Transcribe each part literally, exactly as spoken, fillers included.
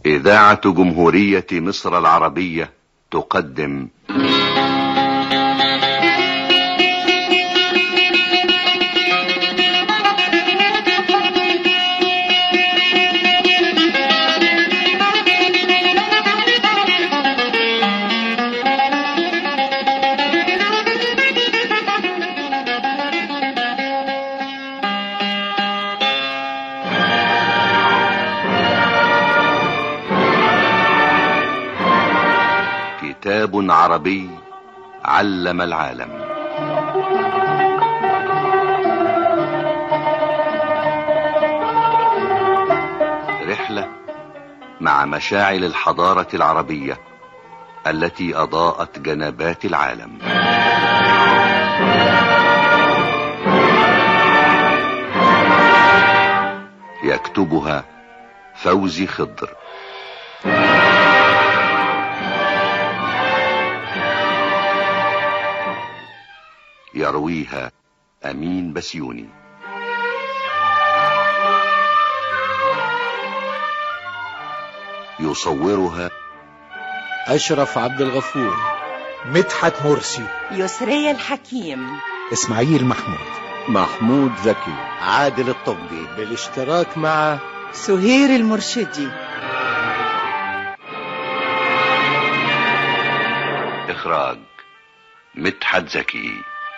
إذاعة جمهورية مصر العربية تقدم كتاب عربي علم العالم. رحلة مع مشاعل الحضارة العربية التي أضاءت جنبات العالم. يكتبها فوزي خضر. يرويها أمين بسيوني. يصورها أشرف عبد الغفور، مدحت مرسي، يسرية الحكيم، إسماعيل محمود، محمود زكي، عادل الطبي، بالاشتراك مع سهير المرشدي. إخراج مدحت زكي.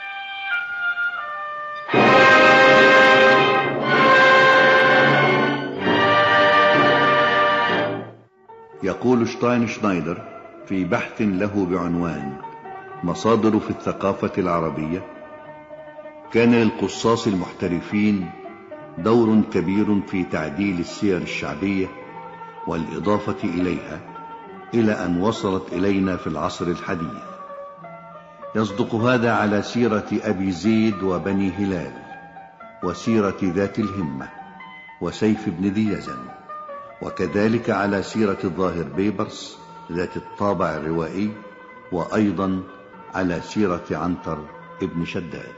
يقول شتاينشنايدر في بحث له بعنوان مصادر في الثقافة العربية: كان للقصاص المحترفين دور كبير في تعديل السير الشعبية والإضافة إليها إلى أن وصلت إلينا في العصر الحديث. يصدق هذا على سيرة أبي زيد وبني هلال، وسيرة ذات الهمة وسيف بن ذي يزن، وكذلك على سيرة الظاهر بيبرس ذات الطابع الروائي، وأيضا على سيرة عنتر ابن شداد.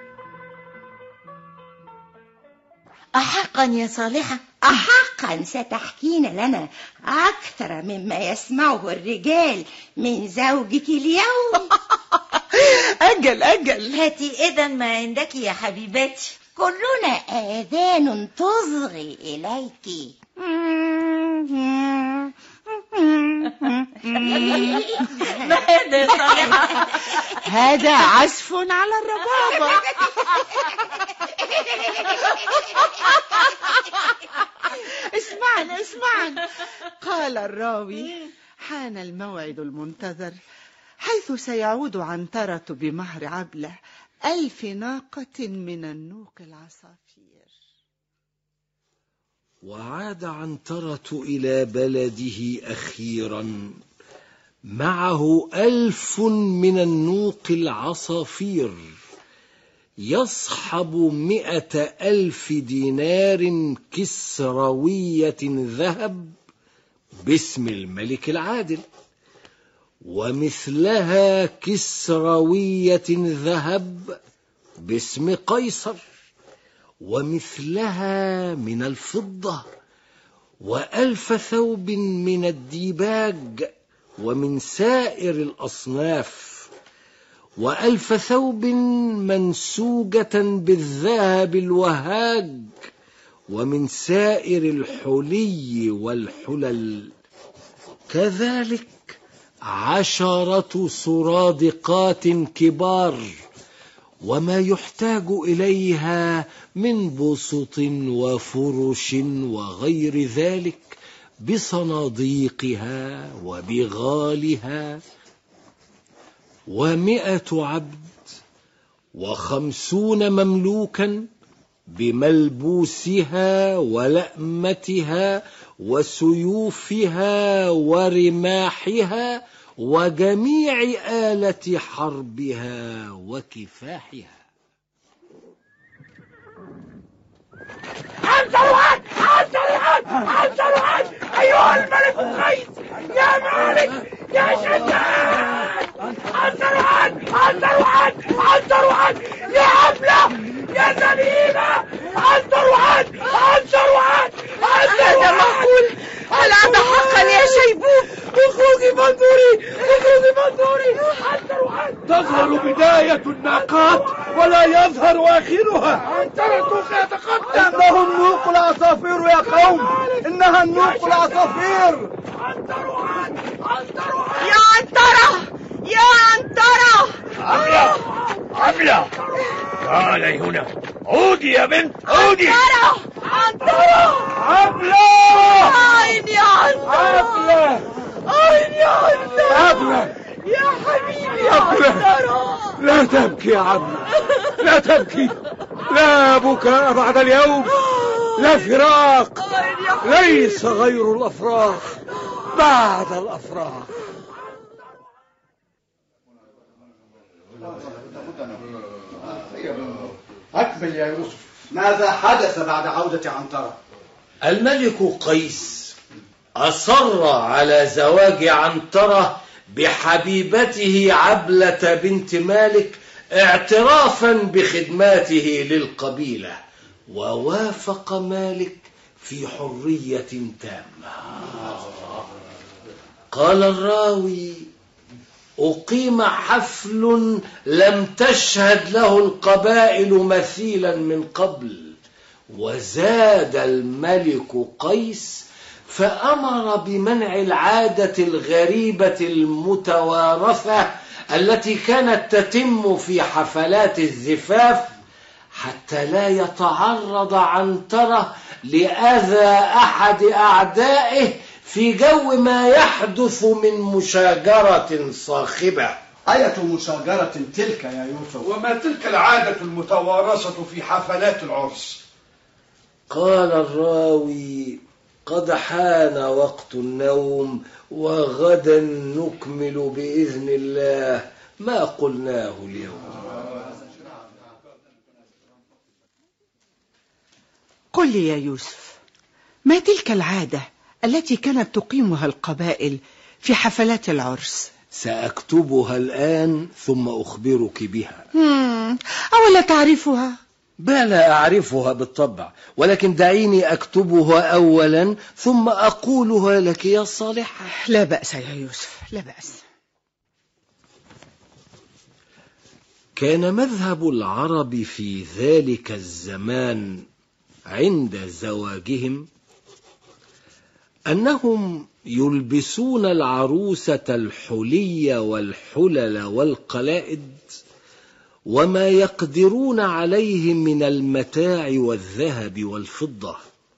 أحقا يا صالحة؟ أحقا ستحكين لنا أكثر مما يسمعه الرجال من زوجك اليوم. أجل أجل، هاتي إذن ما عندك يا حبيبتي. كلنا آذان تصغي إليك. ما هذا يا صالحة؟ هذا عزف على الربابة. اسمعنا اسمعنا. قال الراوي: حان الموعد المنتظر، حيث سيعود عنترة بمهر عبلة ألف ناقة من النوق العصافير. وعاد عنترة إلى بلده أخيرا معه ألف من النوق العصافير، يصحب مئة ألف دينار كسروية ذهب باسم الملك العادل، ومثلها كسروية ذهب باسم قيصر، ومثلها من الفضة، وألف ثوب من الديباج ومن سائر الأصناف، وألف ثوب منسوجة بالذهب الوهاج ومن سائر الحلي والحلل، كذلك عشرة سرادقات كبار، وما يحتاج إليها من بسط وفرش وغير ذلك بصناديقها وبغالها، ومئة عبد وخمسون مملوكا بملبوسها ولأمتها وسيوفها ورماحها وجميع آلة حربها وكفاحها. عنتروان عنتروان عنتروان أيها الملك قيس، يا مالك يا شداد، عنتروان عنتروان عنتروان يا عبلة يا زليمة، عنتروان عنتروان عنتروان. هذا معقول؟ هل هذا حقا اخرجي فانظري اخرجي فانظري. عنتر تظهر بداية الناقات ولا يظهر آخرها. عنتر يتقدم. إنه النوق العصافير يا قوم، إنها النوق العصافير. عنتر عنتر يا عنترة يا عنترة. عبلة عبلة تعالي هنا. عودي يا بنت عودي. عنترة عنترة. عبلة عين يا عنترة. عبلة عين يا عنترة. عبلة يا حبيبي يا عبلة. عنترة. لا تبكي يا عبلة، لا تبكي. لا بكاء بعد اليوم، لا فراق. ليس غير الأفراح بعد الأفراح. أكمل يا يوسف، ماذا حدث بعد عودة عنترة؟ الملك قيس أصر على زواج عنترة بحبيبته عبلة بنت مالك اعترافا بخدماته للقبيلة، ووافق مالك في حرية تامة. قال الراوي: أقيم حفل لم تشهد له القبائل مثيلا من قبل، وزاد الملك قيس فأمر بمنع العادة الغريبة المتوارثة التي كانت تتم في حفلات الزفاف، حتى لا يتعرض عنترة لأذى أحد أعدائه في جو ما يحدث من مشاجرة صاخبة. أية مشاجرة تلك يا يوسف؟ وما تلك العادة المتوارثة في حفلات العرس؟ قال الراوي: قد حان وقت النوم، وغدا نكمل بإذن الله ما قلناه اليوم. قل لي يا يوسف، ما تلك العادة التي كانت تقيمها القبائل في حفلات العرس؟ سأكتبها الآن ثم أخبرك بها. مم. أولا تعرفها؟ بلى أعرفها بالطبع، ولكن دعيني أكتبها أولا ثم أقولها لك يا صالحة. لا بأس يا يوسف، لا بأس. كان مذهب العرب في ذلك الزمان عند زواجهم أنهم يلبسون العروسة الحلي والحلل والقلائد وما يقدرون عليه من المتاع والذهب والفضة،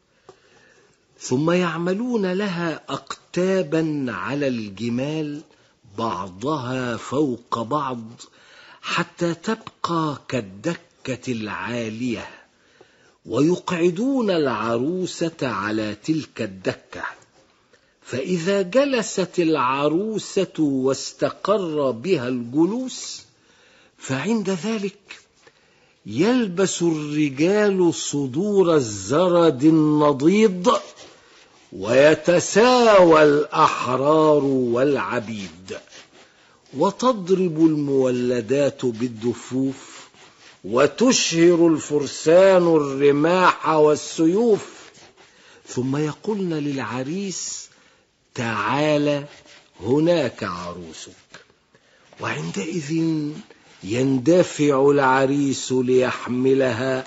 ثم يعملون لها أقتابا على الجمال بعضها فوق بعض حتى تبقى كالدكة العالية، ويقعدون العروسة على تلك الدكة، فإذا جلست العروسة واستقر بها الجلوس فعند ذلك يلبس الرجال صدور الزرد النضيد، ويتساوى الأحرار والعبيد، وتضرب المولدات بالدفوف، وتشهر الفرسان الرماح والسيوف، ثم يقولن للعريس: تعال هناك عروسك. وعندئذ يندفع العريس ليحملها،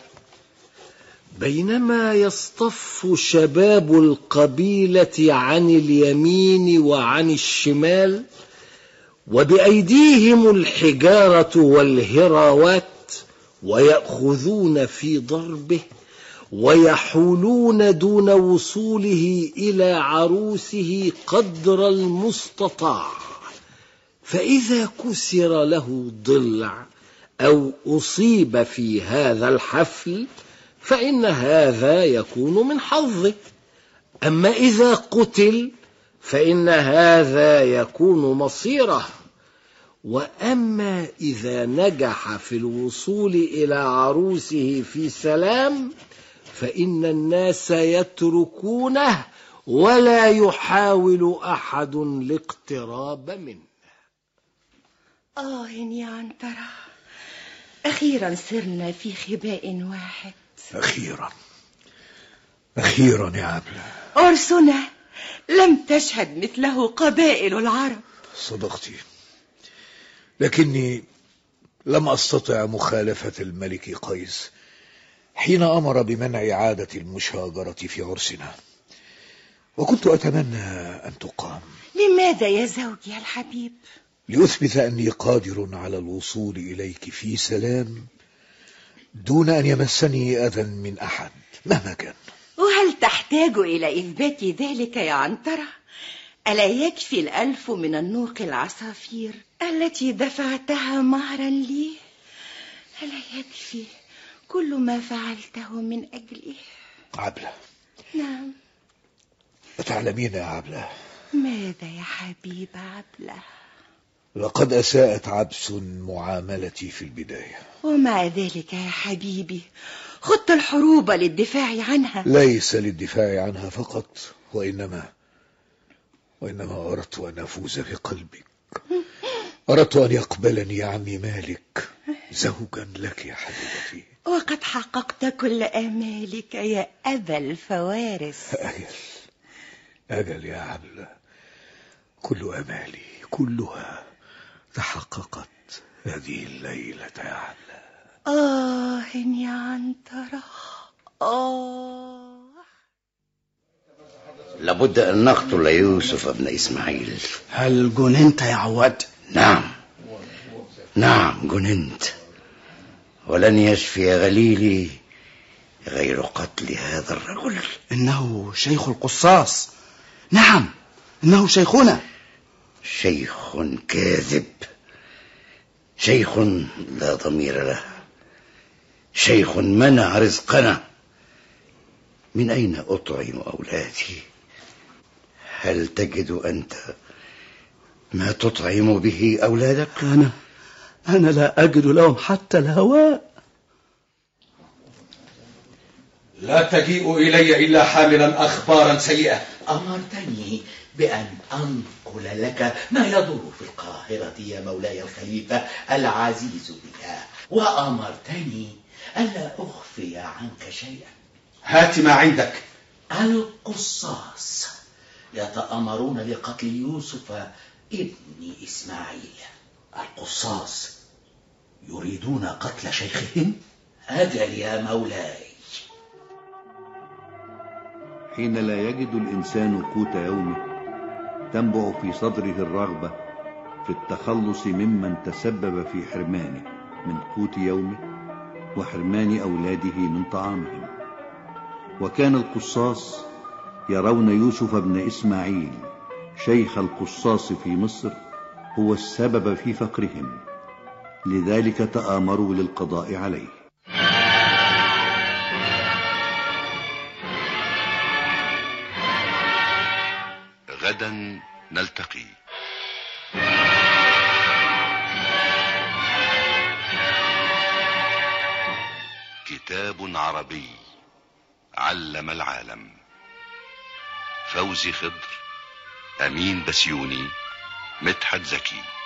بينما يصطف شباب القبيلة عن اليمين وعن الشمال، وبأيديهم الحجارة والهراوات، ويأخذون في ضربه، ويحولون دون وصوله إلى عروسه قدر المستطاع، فإذا كسر له ضلع أو أصيب في هذا الحفل فإن هذا يكون من حظه، أما إذا قتل فإن هذا يكون مصيره، وأما إذا نجح في الوصول إلى عروسه في سلام فإن الناس يتركونه ولا يحاول أحد الاقتراب منه. آه يا عنترة، أخيرا صرنا في خباء واحد. أخيرا أخيرا يا عبلة. عرسنا لم تشهد مثله قبائل العرب. صدقتي، لكني لم أستطع مخالفة الملك قيس حين أمر بمنع عادة المشاجرة في عرسنا، وكنت أتمنى أن تقام. لماذا يا زوجي الحبيب؟ لأثبت أني قادر على الوصول إليك في سلام دون أن يمسني أذى من أحد مهما كان. وهل تحتاج إلى إثبات ذلك يا عنترة؟ ألا يكفي الألف من النوق العصافير التي دفعتها مهرا لي؟ ألا يكفي كل ما فعلته من أجله؟ عبلة. نعم. أتعلمين يا عبلة؟ ماذا يا حبيب عبلة؟ لقد أساءت عبس معاملتي في البداية، ومع ذلك يا حبيبي خضت الحروب للدفاع عنها. ليس للدفاع عنها فقط، وإنما وإنما أردت أن أفوز بقلبك. أردت أن يقبلني عمي مالك زوجا لك يا حبيبتي. وقد حققت كل آمالك يا أبا الفوارس. أجل أجل يا عبلة، كل آمالي كلها تحققت هذه الليلة يا عبلة. آه يا عنترة، آه. لابد أن نقتل يوسف ابن إسماعيل. هل جننت يا عواد؟ نعم نعم جننت، ولن يشفي غليلي غير قتل هذا الرجل. إنه شيخ القصاص. نعم، إنه شيخنا. شيخ كاذب، شيخ لا ضمير له، شيخ منع رزقنا. من أين أطعم أولادي؟ هل تجد أنت ما تطعم به أولادك؟ أنا أنا لا أجد لهم حتى الهواء. لا تجيء إلي إلا حاملا أخبارا سيئة. أمرتني بأن أنقل لك ما يدور في القاهرة يا مولاي الخليفة العزيز بك، وأمرتني ألا أخفي عنك شيئا. هات ما عندك. القصاص يتأمرون لقتل يوسف ابن إسماعيل. القصاص يريدون قتل شيخهم؟ أجل يا مولاي. حين لا يجد الإنسان قوت يومه تنبع في صدره الرغبة في التخلص ممن تسبب في حرمانه من قوت يومه وحرمان أولاده من طعامهم. وكان القصاص يرون يوسف بن إسماعيل شيخ القصاص في مصر هو السبب في فقرهم، لذلك تآمروا للقضاء عليه. غدا نلتقي. كتاب عربي علم العالم. فوزي خضر، أمين بسيوني، مدحت زكي.